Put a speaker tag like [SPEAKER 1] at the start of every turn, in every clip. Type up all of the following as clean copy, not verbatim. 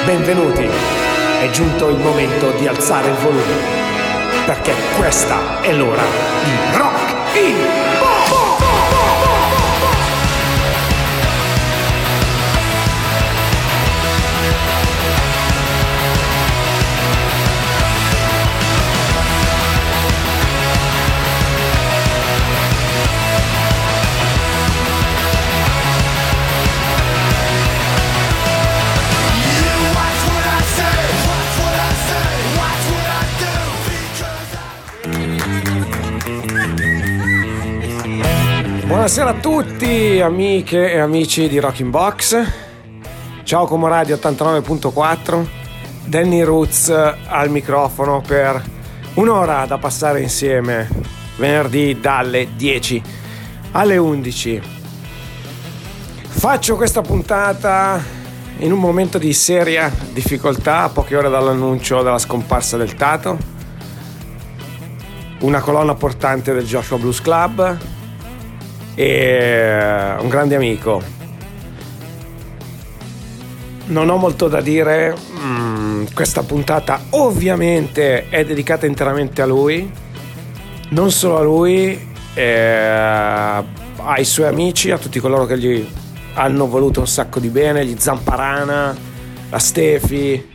[SPEAKER 1] Benvenuti, è giunto il momento di alzare il volume, perché questa è l'ora di Rock in Pop! Buonasera a tutti, amiche e amici di Rockin' Box. Ciao Como Radio 89.4, Danny Roots al microfono per un'ora da passare insieme venerdì dalle 10 alle 11. Faccio questa puntata in un momento di seria difficoltà, a poche ore dall'annuncio della scomparsa del Tato, una colonna portante del Joshua Blues Club e un grande amico. Non ho molto da dire, questa puntata ovviamente è dedicata interamente a lui, non solo a lui, ai suoi amici, a tutti coloro che gli hanno voluto un sacco di bene, gli Zamparana, la Stefi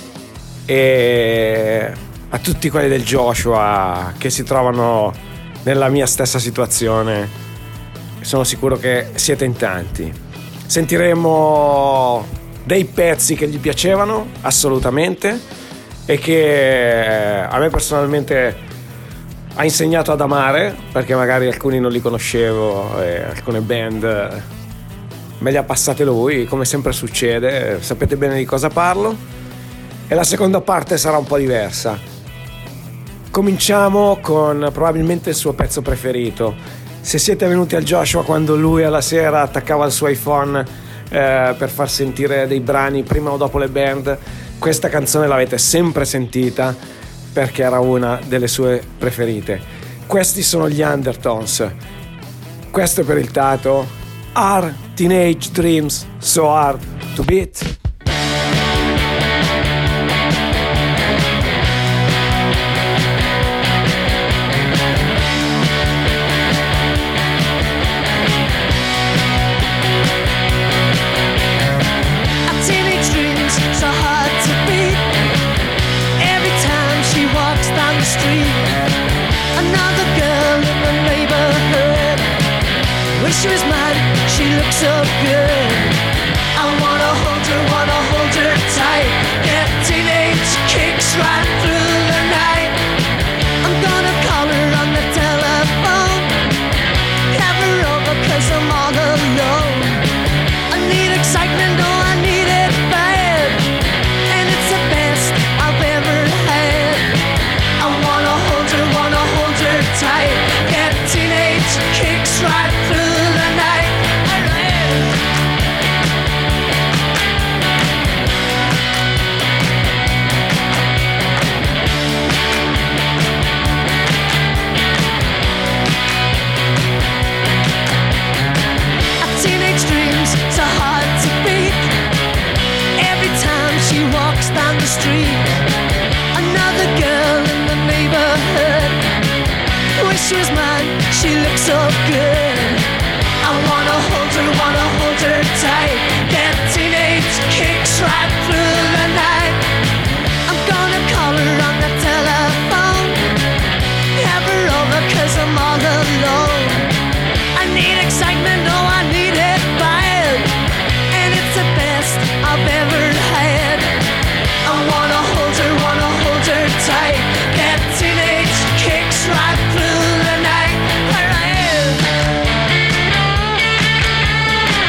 [SPEAKER 1] e a tutti quelli del Joshua che si trovano nella mia stessa situazione. Sono sicuro che siete in tanti. Sentiremo dei pezzi che gli piacevano assolutamente e che a me personalmente ha insegnato ad amare, perché magari alcuni non li conoscevo e alcune band me le ha passate lui, come sempre succede, sapete bene di cosa parlo. E la seconda parte sarà un po' diversa. Cominciamo con probabilmente il suo pezzo preferito. Se siete venuti al Joshua quando lui alla sera attaccava il suo iPhone per far sentire dei brani prima o dopo le band, questa canzone l'avete sempre sentita perché era una delle sue preferite. Questi sono gli Undertones. Questo è per il Tato. Are Teenage Dreams So Hard to Beat?
[SPEAKER 2] She was mine, she looked so good. I wanna hold her tight. Get teenage kicks right through the night. I'm gonna call her on the telephone, have her over 'cause I'm all alone. I need excitement, oh I need it bad, and it's the best I've ever had. I wanna hold her tight. Get teenage kicks right through. Down the street, another girl in the neighborhood. Wish she was mine, she looks so good. I wanna hold her tight. Get teenage kicks right through the night. I'm gonna call her on the telephone, have her over 'cause I'm all alone. I need excitement, oh I need it bad, and it's the best I've ever had. I wanna hold her tight. Get teenage kicks right through the night.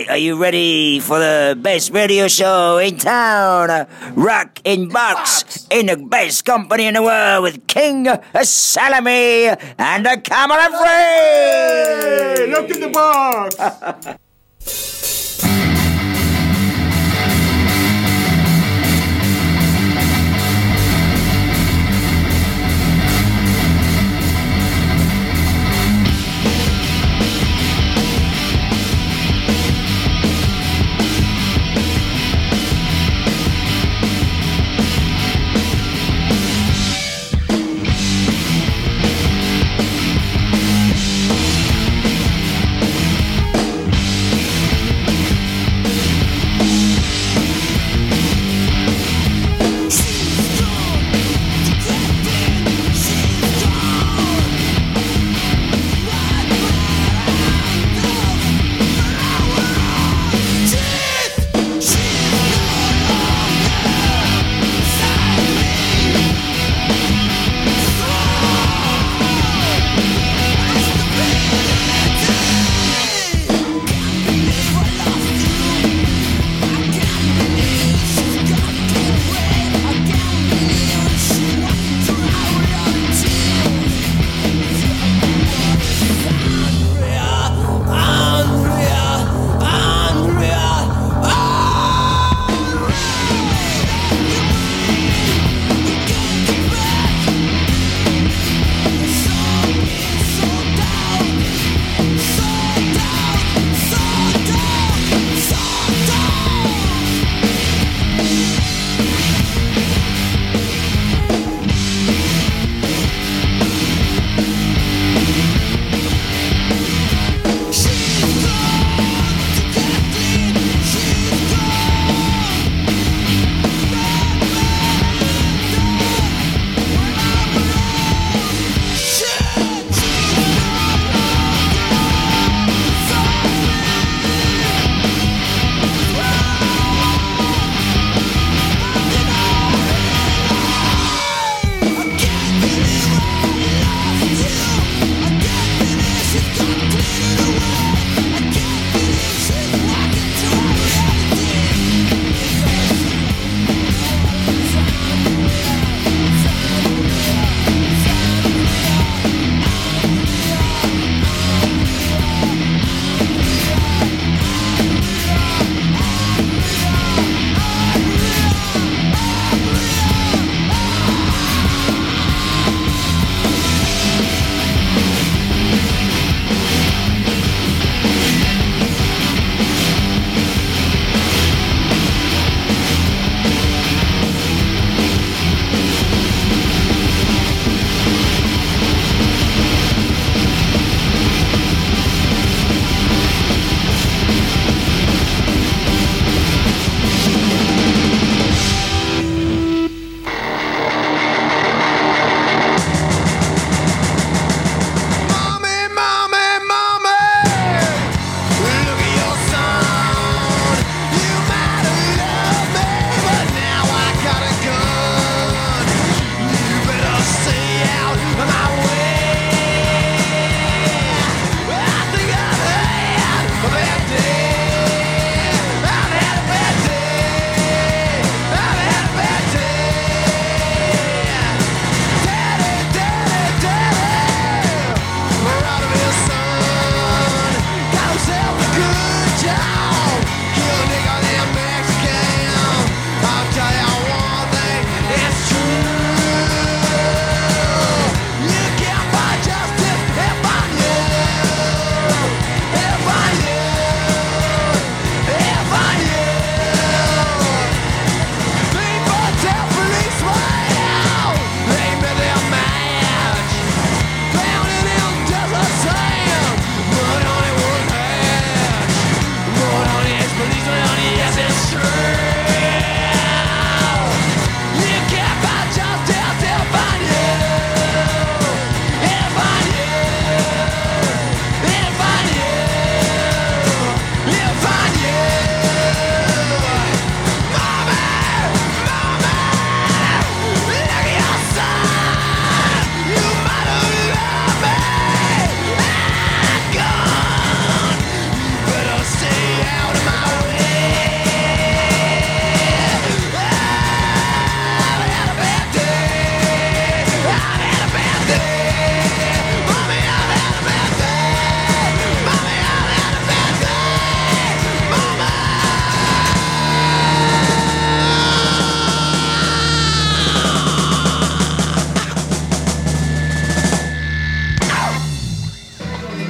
[SPEAKER 3] right, are you ready for the best radio show in town? Rock in Box, in the best company in the world with King Salami and the Camera Free!
[SPEAKER 4] Hey, look in the box!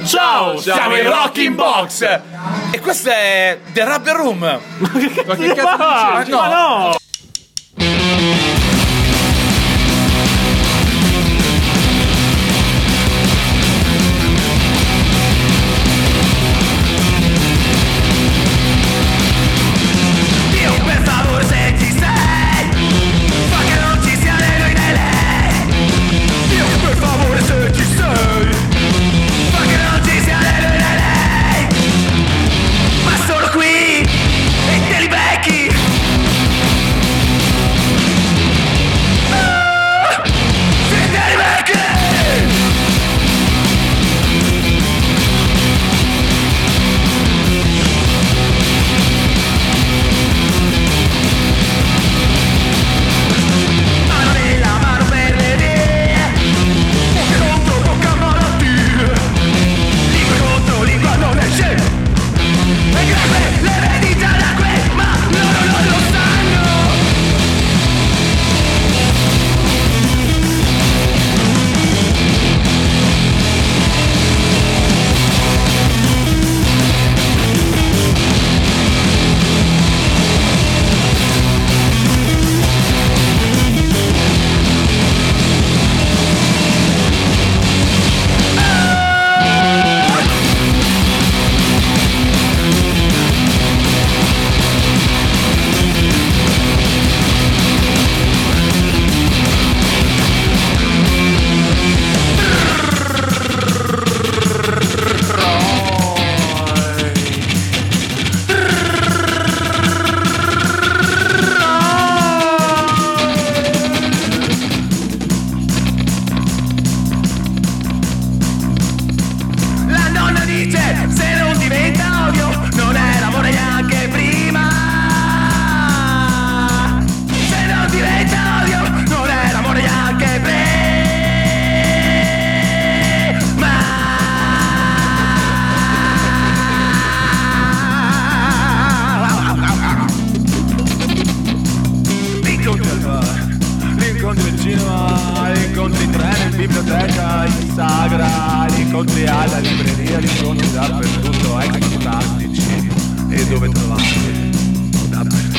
[SPEAKER 5] Ciao, siamo i Rocking Box e questo è The Rubber Room.
[SPEAKER 4] Ma che cazzo dici?
[SPEAKER 5] Ma no!
[SPEAKER 2] Dio, per favore, se ci sei, fa che non ci sia né lui né lei. Dio, per favore, se ci sei, fa che non ci sia né lui né lei. Ma sono qui e te li becchi. Se te li becchi. Mano nella mano per le idee, bocca contro bocca malattie, lingua contro lingua non esce, e grave l'eredità da qui, ma loro non lo sanno. La nonna dice, se non diventa odio, non era amore neanche prima. Se non diventa odio, non era amore neanche prima. L'incontro al bar, l'incontro al cinema, l'incontro in treno, in biblioteca, in sagra, l'incontri alla libreria, l'incontri dappertutto, ex fantastici. E dove trovarli? Dappertutto.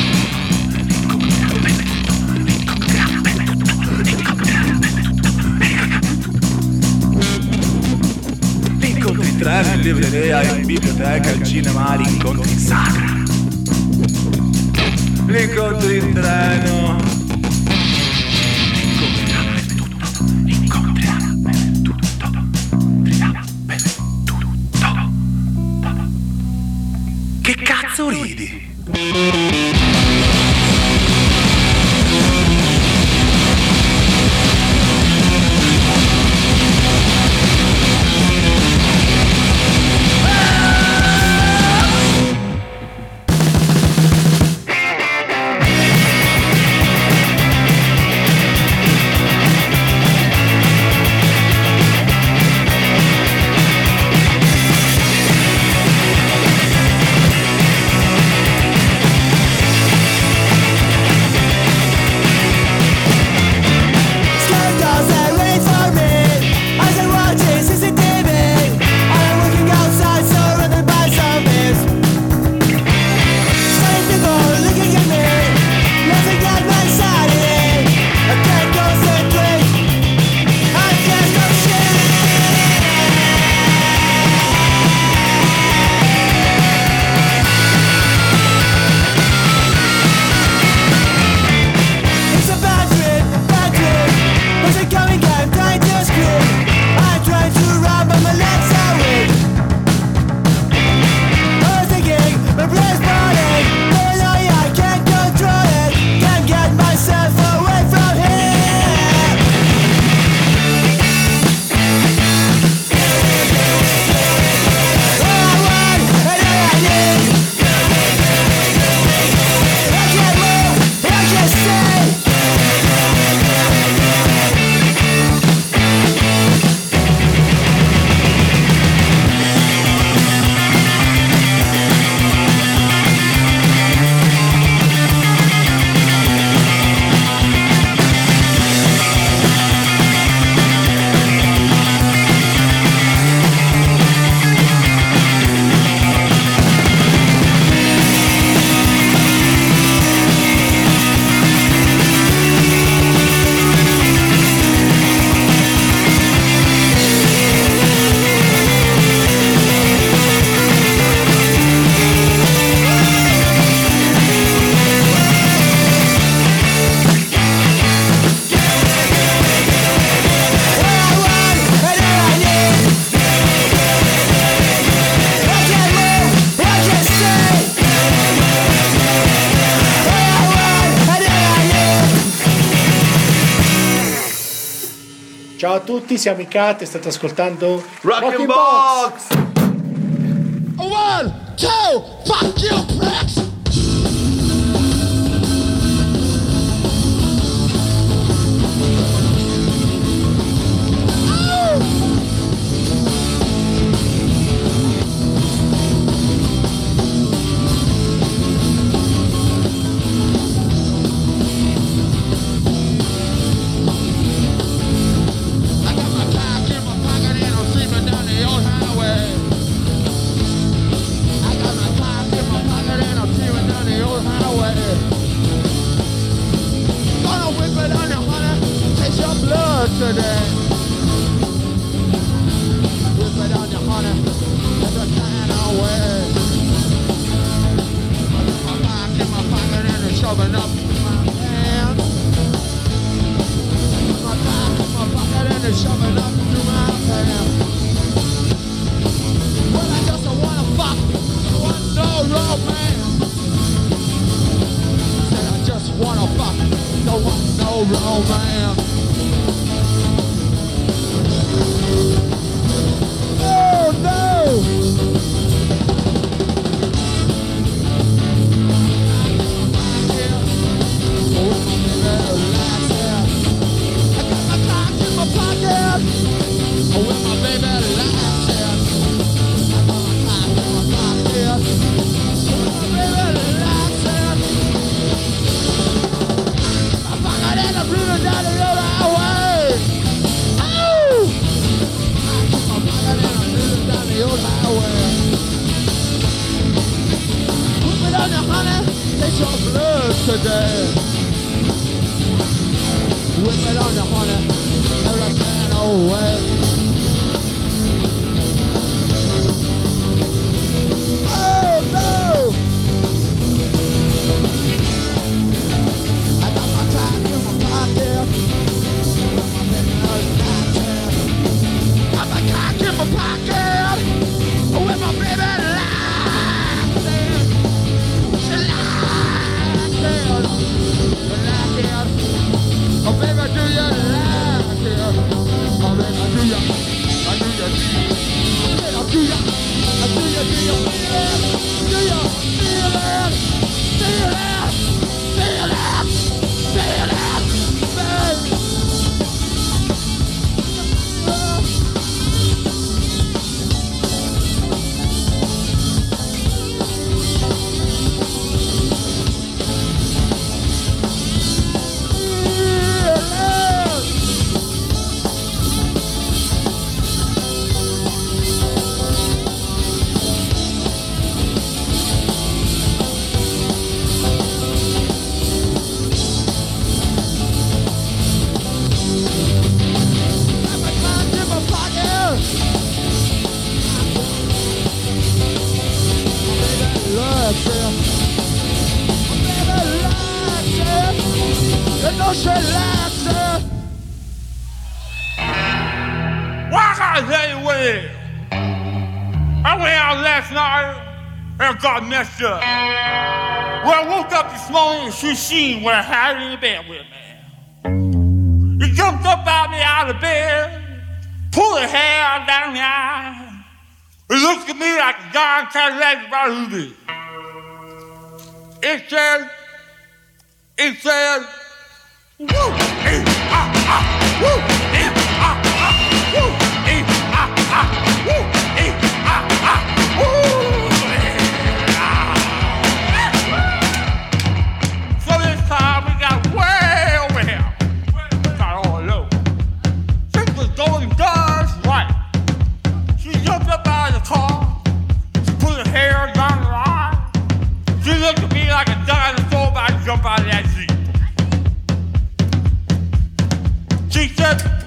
[SPEAKER 2] L'incontri in treno, in libreria, in biblioteca, in cinema, l'incontri in sagra. L'incontri in treno. Che cazzo ridi?
[SPEAKER 6] tutti, siamo i Cat e state ascoltando
[SPEAKER 7] Rockin' Box!
[SPEAKER 2] 1, 2, fuck you, pricks!
[SPEAKER 8] Today, whip it on your honey, let the can away. My back in my pocket and it's shoving up my hand. My back in my pocket and it's shoving up through my hand. Well, I just don't wanna fuck, don't want no romance. Said I just wanna fuck, don't want no romance. Oh no! Today, whip it on the honey, everything away. Oh no! I got my time in my pocket, got my cock in my pocket, with my baby laughing, she oh baby, do you like it? Oh baby, do you? I do you? Do you? I do you? Do you feel it? Feel it? Feel it? Feel it? Feel it? Baby.
[SPEAKER 9] Got messed up. Well, I woke up this morning and she seen what I had in the bed with me. He jumped up out of bed, pulled her hair down the eye. He looked at me like a John Cadillac about who did. It said, woo, eh, ah, ah, woo, eh, ah, ah, woo, eh, ah, ah, woo, eh, ah, ah, woo. We got way over here. Got all low. She was going just right. She jumped up out of the car. She put her hair down her eye. She looked at me like a dinosaur about to jump out of that seat. She said,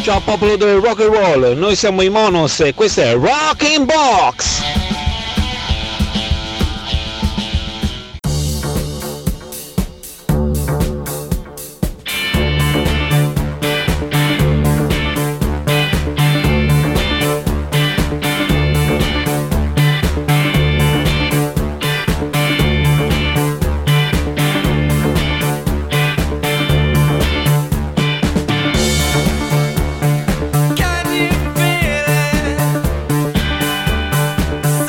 [SPEAKER 7] Ciao popolo del rock and roll, noi siamo i Monos e questo è Rockin' Box.
[SPEAKER 2] Can you feel it?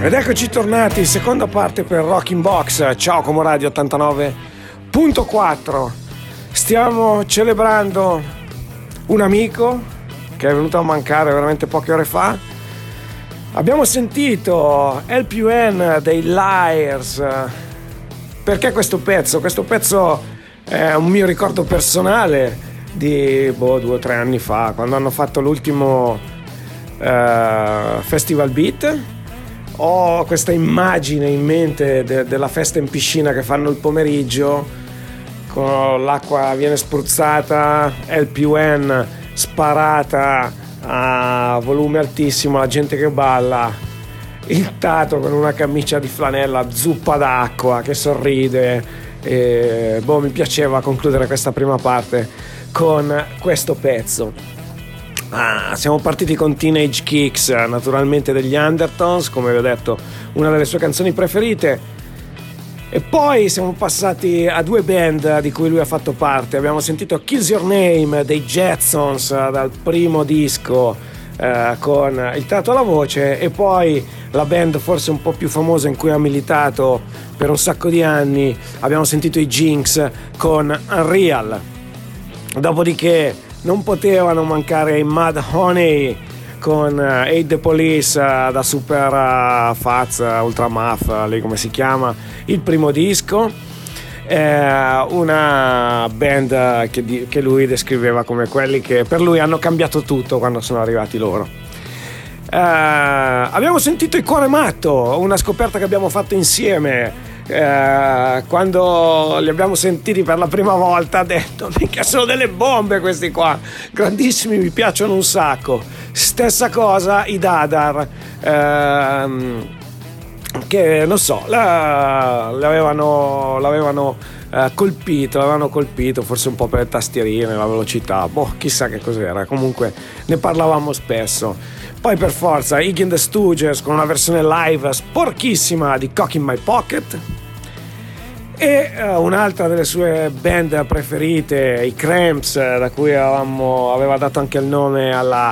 [SPEAKER 1] Ed eccoci tornati, seconda parte per Rocking Box. Ciao Como Radio 89.4. Stiamo celebrando un amico che è venuto a mancare veramente poche ore fa. Abbiamo sentito LPN dei Liars. Perché questo pezzo? Questo pezzo è un mio ricordo personale di 2 o 3 anni fa, quando hanno fatto l'ultimo Festival Beat. Ho questa immagine in mente della festa in piscina che fanno il pomeriggio, con l'acqua viene spruzzata, LPN sparata a volume altissimo, la gente che balla, il Tato con una camicia di flanella zuppa d'acqua che sorride. E mi piaceva concludere questa prima parte con questo pezzo. Siamo partiti con Teenage Kicks, naturalmente degli Undertones, come vi ho detto, una delle sue canzoni preferite. E poi siamo passati a 2 band di cui lui ha fatto parte. Abbiamo sentito Kills Your Name dei Jetsons dal primo disco, con il Tato alla voce, e poi la band forse un po' più famosa in cui ha militato per un sacco di anni. Abbiamo sentito i Jinx con Unreal. Dopodiché non potevano mancare i Mad Honey con Hate the Police da Super Fats, Ultra Muff, lì come si chiama, il primo disco. Una band che lui descriveva come quelli che per lui hanno cambiato tutto quando sono arrivati loro. Abbiamo sentito i Cuore Matto, una scoperta che abbiamo fatto insieme. Quando li abbiamo sentiti per la prima volta, ha detto: mica sono delle bombe questi qua, grandissimi, mi piacciono un sacco. Stessa cosa i Dadar, che non so, l'avevano colpito forse un po' per le tastierine, la velocità, chissà che cos'era. Comunque ne parlavamo spesso. Poi per forza Iggy and the Stooges con una versione live sporchissima di Cock in My Pocket. E un'altra delle sue band preferite, i Cramps, da cui aveva dato anche il nome alla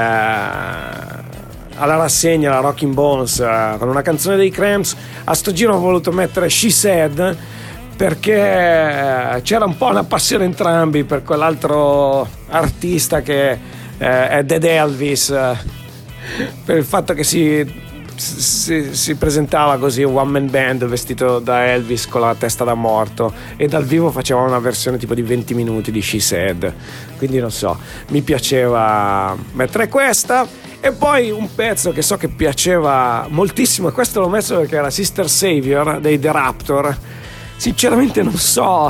[SPEAKER 1] rassegna, la Rocking Bones, con una canzone dei Cramps. A sto giro ho voluto mettere She Said, perché c'era un po' una passione entrambi per quell'altro artista che è Dead Elvis, per il fatto che si presentava così, un one man band vestito da Elvis con la testa da morto, e dal vivo faceva una versione tipo di 20 minuti di She Said. Quindi non so, mi piaceva mettere questa. E poi un pezzo che so che piaceva moltissimo, e questo l'ho messo perché era Sister Savior dei The Raptor. Sinceramente non so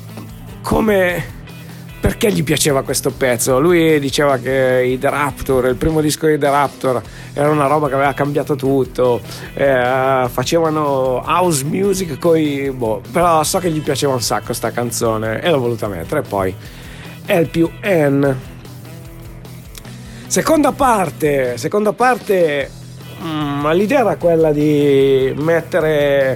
[SPEAKER 1] perché gli piaceva questo pezzo. Lui diceva che i The Raptor, il primo disco dei The Raptor, era una roba che aveva cambiato tutto, facevano house music però so che gli piaceva un sacco sta canzone e l'ho voluta mettere. E poi LPN, seconda parte, l'idea era quella di mettere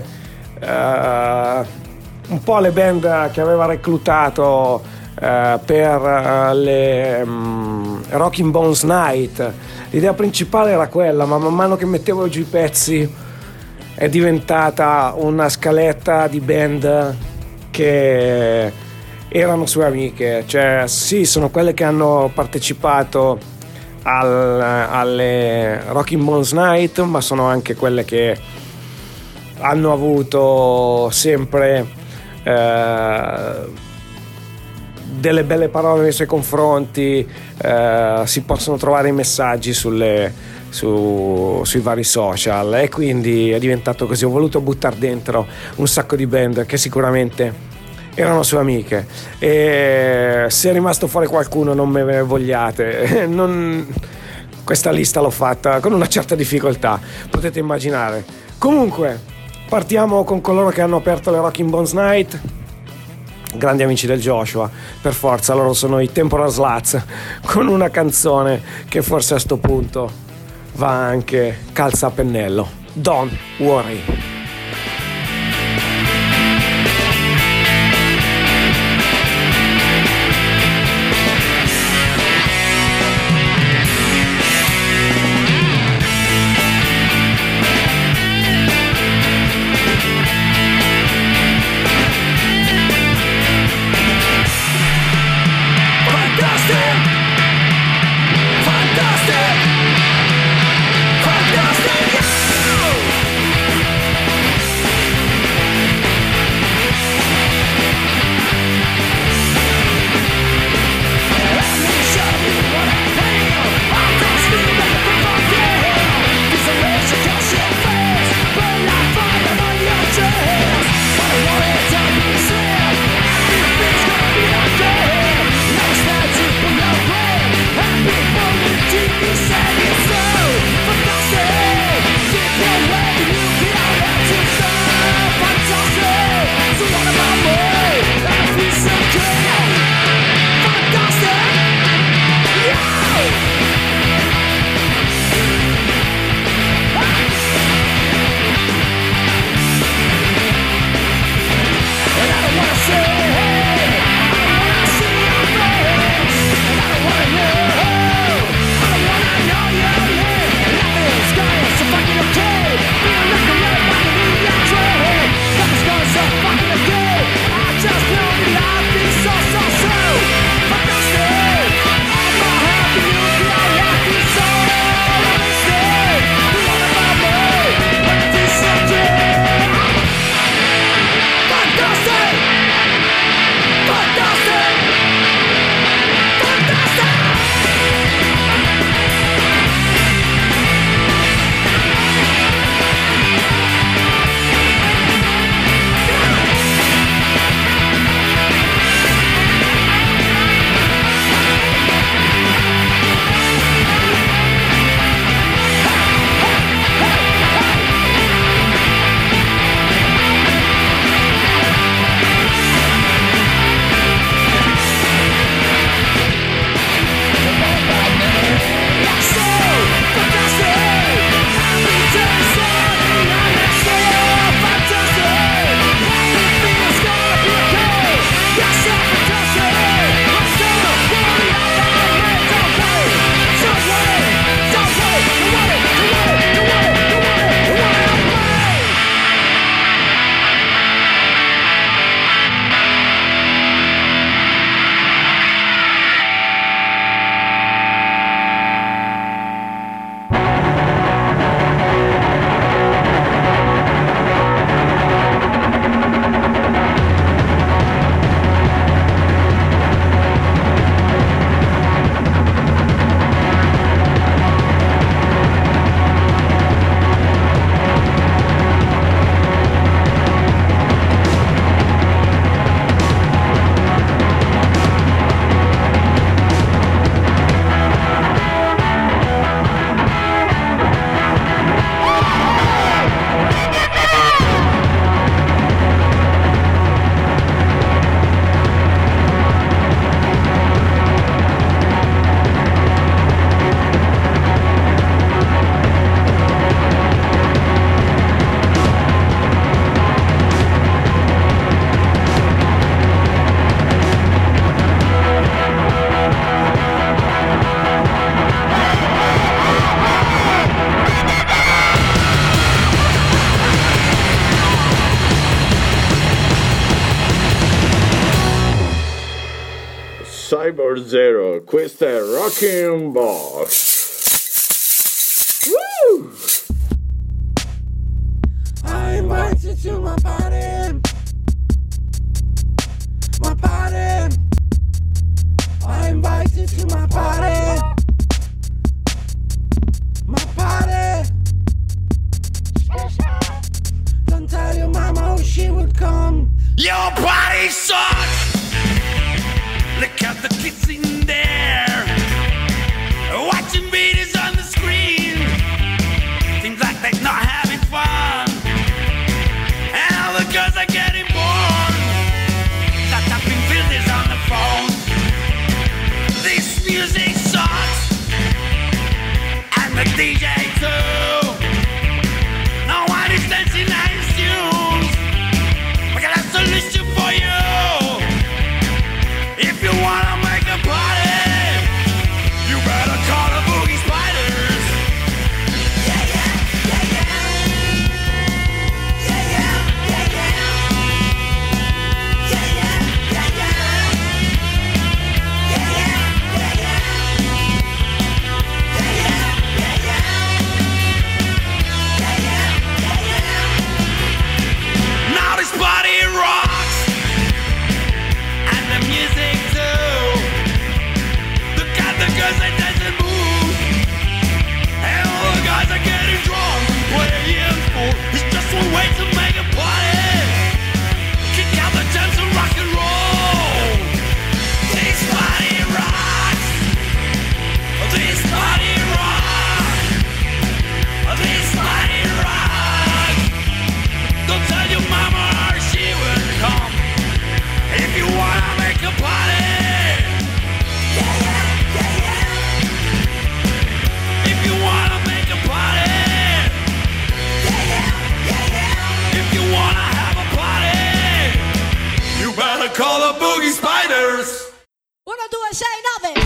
[SPEAKER 1] un po' le band che aveva reclutato per le Rocking Bones Night. L'idea principale era quella, ma man mano che mettevo giù i pezzi è diventata una scaletta di band che erano sue amiche. Cioè sì, sono quelle che hanno partecipato alle Rocking Bones Night, ma sono anche quelle che hanno avuto sempre delle belle parole nei suoi confronti. Si possono trovare i messaggi sui vari social, e quindi è diventato così. Ho voluto buttare dentro un sacco di band che sicuramente erano sue amiche, e se è rimasto fuori qualcuno non me ne vogliate. Questa lista l'ho fatta con una certa difficoltà, potete immaginare. Comunque partiamo con coloro che hanno aperto le Rocking Bones Night, grandi amici del Joshua, per forza. Loro sono i Temporal Sluts, con una canzone che forse a sto punto va anche calza a pennello, Don't Worry.
[SPEAKER 10] 00. Questa è Rocking Box. Woo!
[SPEAKER 8] I invite you to my party. My party. I invite you to my party. My party. Don't tell your mama or she would come.
[SPEAKER 9] Your party sucks. Look at the kids in there, watching videos on the screen. Seems like they're not having fun, and all the girls are getting bored. Start tapping filters on the phone. This music sucks, and the DJ too. No one is dancing nice tunes. I got a solution for you. If you wanna make a party, you better call the Boogie Spiders. Yeah, yeah, yeah, yeah. Yeah, yeah, yeah, yeah. Yeah, yeah, yeah, yeah. Yeah, yeah, yeah, yeah. Yeah, yeah, yeah, yeah. Yeah, yeah, yeah, yeah. Now this party rocks, and the music too. Look at the girls that dance and move, and all the guys are getting drunk. Playing for it's just one way to make a party. Kick out the dance and rock and roll. This party rocks. This party rocks. This party rocks. Don't tell your mama or she will come. If you wanna make a party, yeah, yeah, yeah, yeah. If you wanna make a party, yeah, yeah, yeah, yeah. If you wanna have a party, you better call the Boogie Spiders.
[SPEAKER 2] 1, 2, 6, 9.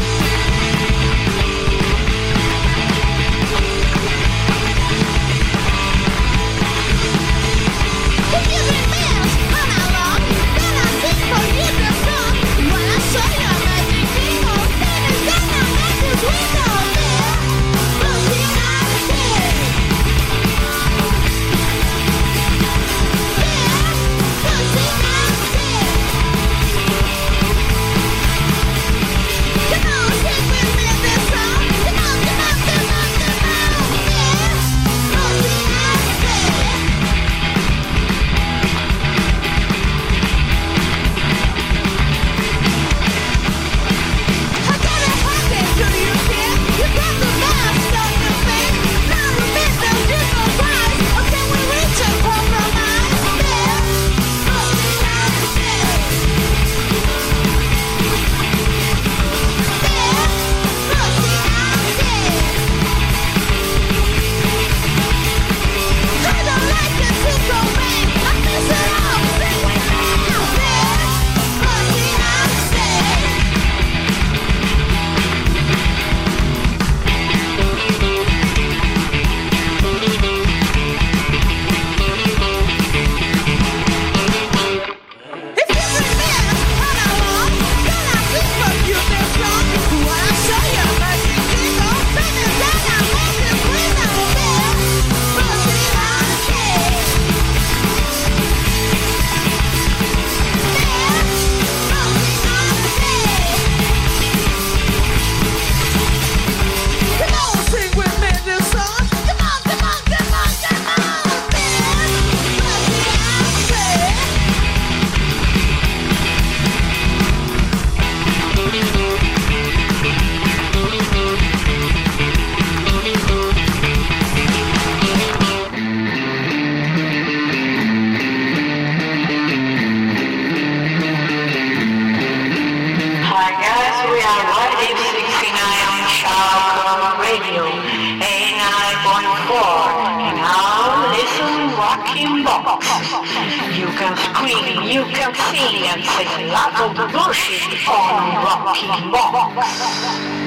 [SPEAKER 11] You can scream, you can sing and say a lot of bullshit on Rocking Box.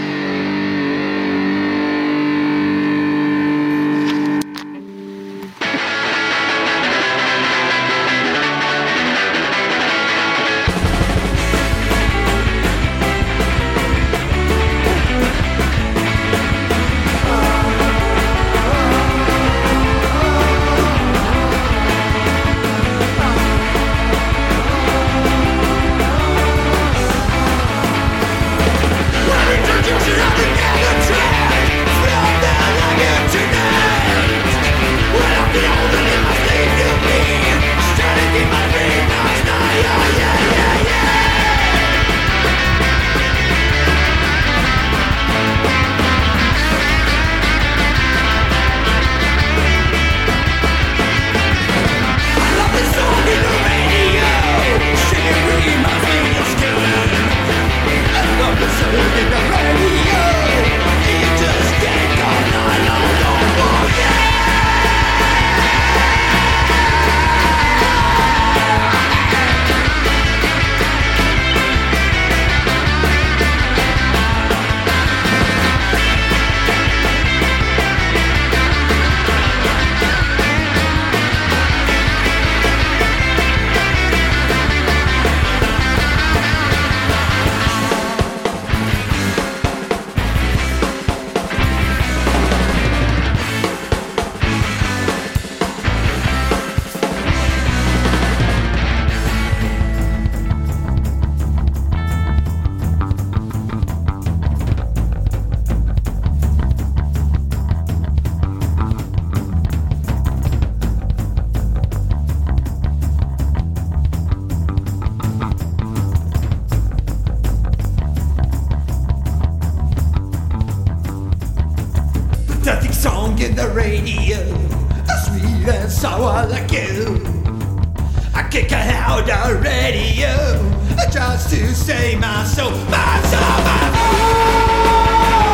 [SPEAKER 2] song in the radio, sweet and sour like you. I kick out the radio just to save my soul, my soul, my soul.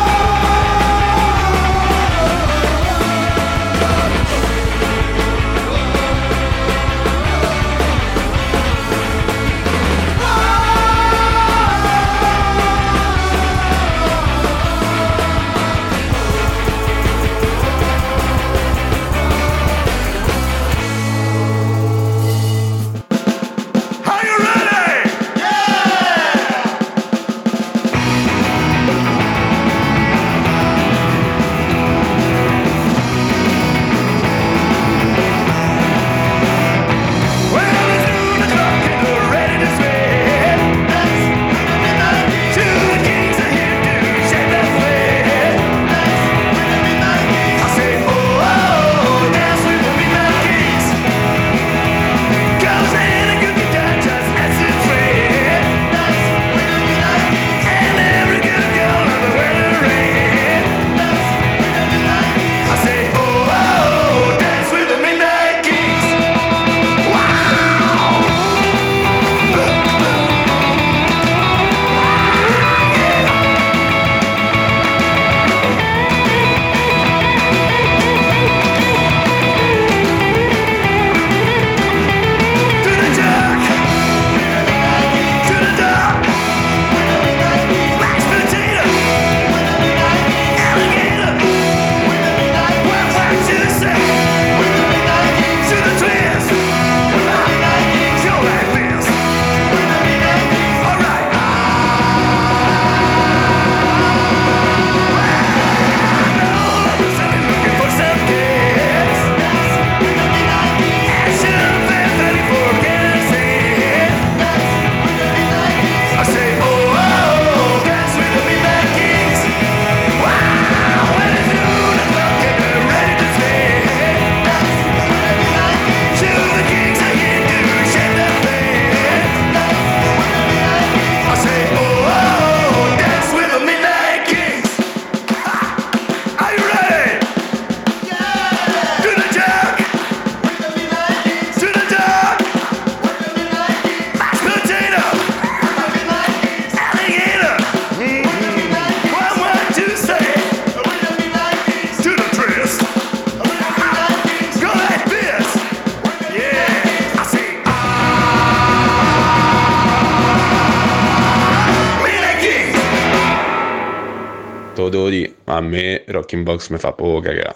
[SPEAKER 12] Todori, a me Rocking Box mi fa poco cagare.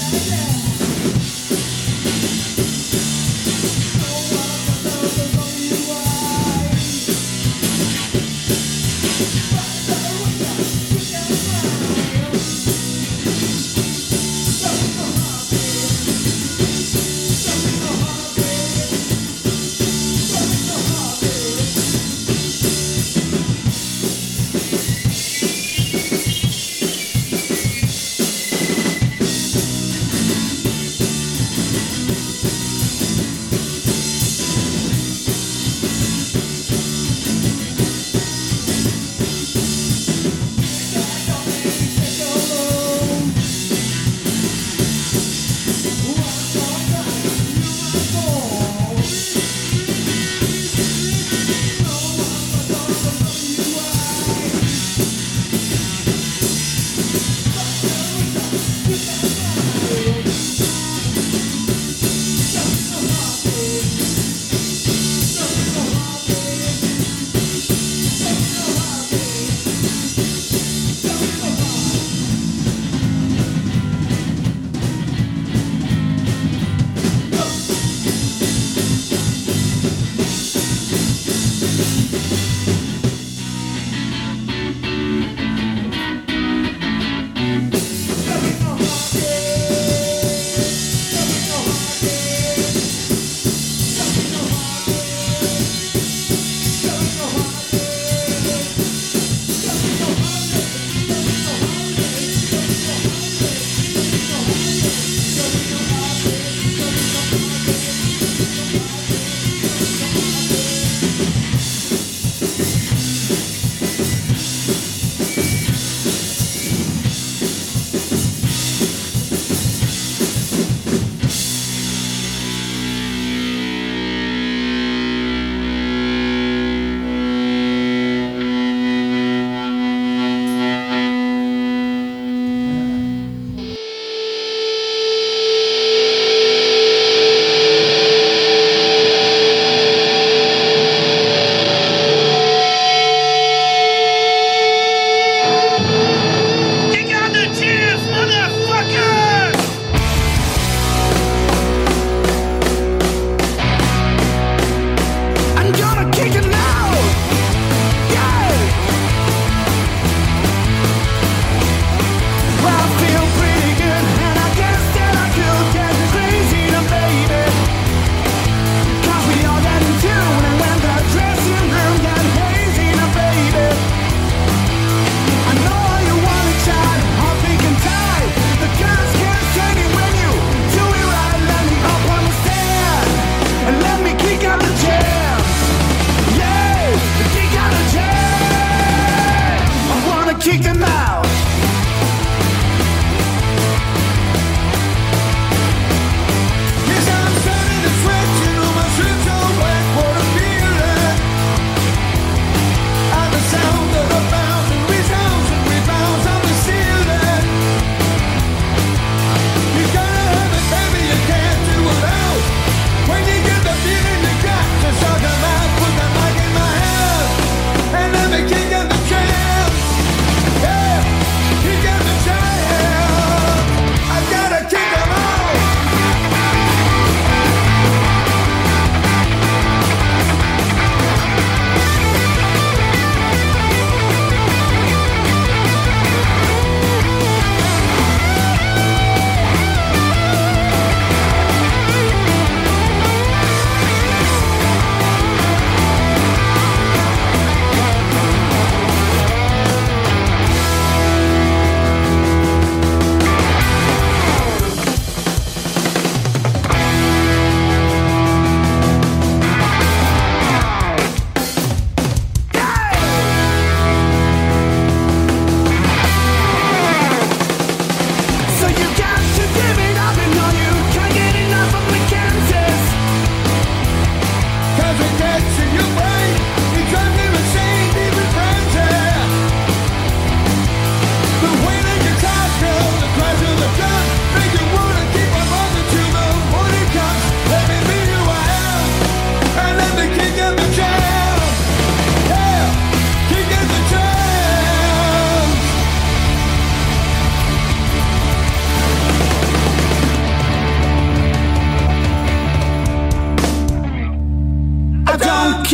[SPEAKER 2] Oh,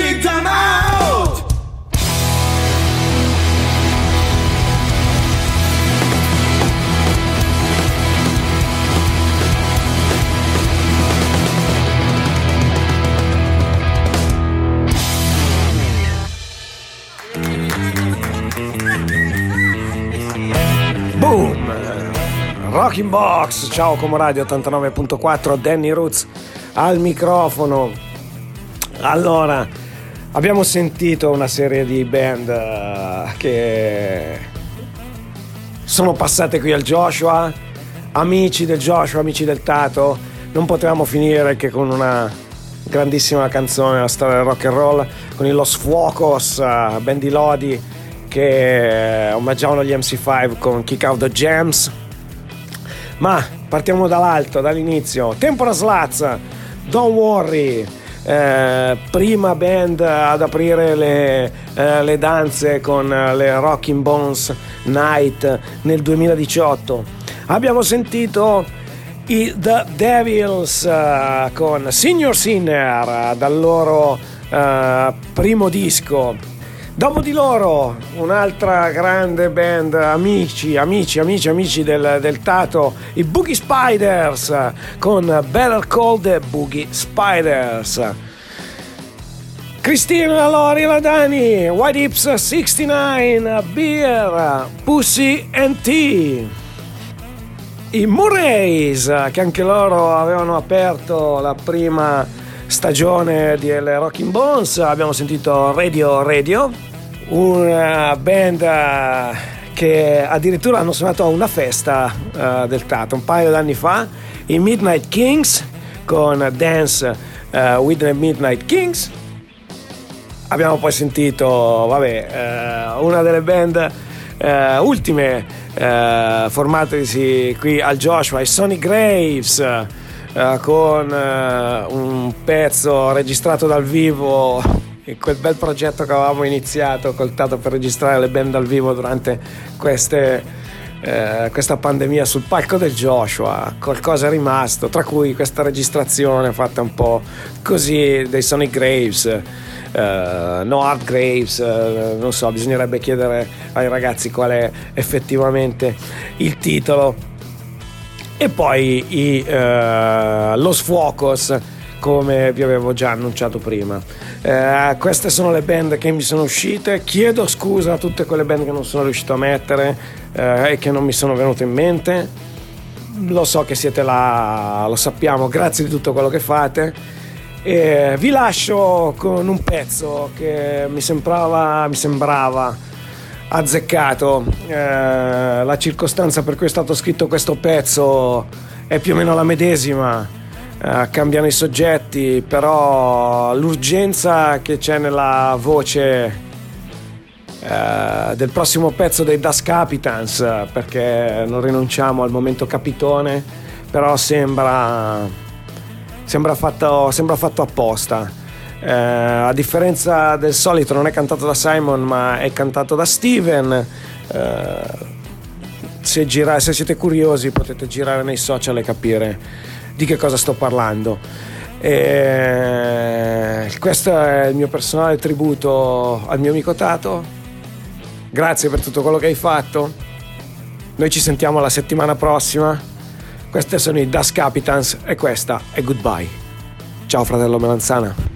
[SPEAKER 13] kick them out.
[SPEAKER 1] Boom! Rocking Box, ciao Como Radio 89.4, Danny Roots al microfono. Allora, abbiamo sentito una serie di band che sono passate qui al Joshua, amici del Joshua, amici del Tato. Non potevamo finire che con una grandissima canzone della storia del rock and roll, con i Los Fuocos, band di Lodi, che omaggiavano gli MC5 con Kick Out the Jams. Ma partiamo dall'alto, dall'inizio. Tempora Sluts, Don't Worry, prima band ad aprire le danze con le Rocking Bones Night nel 2018. Abbiamo sentito i The Devils con Senior Sinner dal loro primo disco. Dopo di loro un'altra grande band, amici del Tato, i Boogie Spiders con Better Call the Boogie Spiders. Cristina, Lori, Ladani, White Hips 69, Beer, Pussy and Tea. I Murrays, che anche loro avevano aperto la prima stagione delle Rocking Bones. Abbiamo sentito Radio, una band che addirittura hanno suonato a una festa del Tato un paio d'anni fa, i Midnight Kings con Dance with the Midnight Kings. Abbiamo poi sentito una delle band ultime formatesi qui al Joshua, i Sonic Graves, con un pezzo registrato dal vivo in quel bel progetto che avevamo iniziato col Tato per registrare le band dal vivo durante questa pandemia sul palco del Joshua. Qualcosa è rimasto, tra cui questa registrazione fatta un po' così dei Sonic Graves, No Hard Graves, non so, bisognerebbe chiedere ai ragazzi qual è effettivamente il titolo. E poi Los Fuocos, come vi avevo già annunciato prima. Queste sono le band che mi sono uscite. Chiedo scusa a tutte quelle band che non sono riuscito a mettere e che non mi sono venute in mente. Lo so che siete là, lo sappiamo, grazie di tutto quello che fate. E vi lascio con un pezzo che mi sembrava azzeccato. La circostanza per cui è stato scritto questo pezzo è più o meno la medesima, cambiano i soggetti, però l'urgenza che c'è nella voce del prossimo pezzo dei Das Capitans, perché non rinunciamo al momento capitone, però sembra fatto apposta. A differenza del solito non è cantato da Simon ma è cantato da Steven. Se siete curiosi potete girare nei social e capire di che cosa sto parlando. Questo è il mio personale tributo al mio amico Tato. Grazie per tutto quello che hai fatto. Noi ci sentiamo la settimana prossima. Questi sono i Das Capitans e questa è Goodbye. Ciao fratello Melanzana.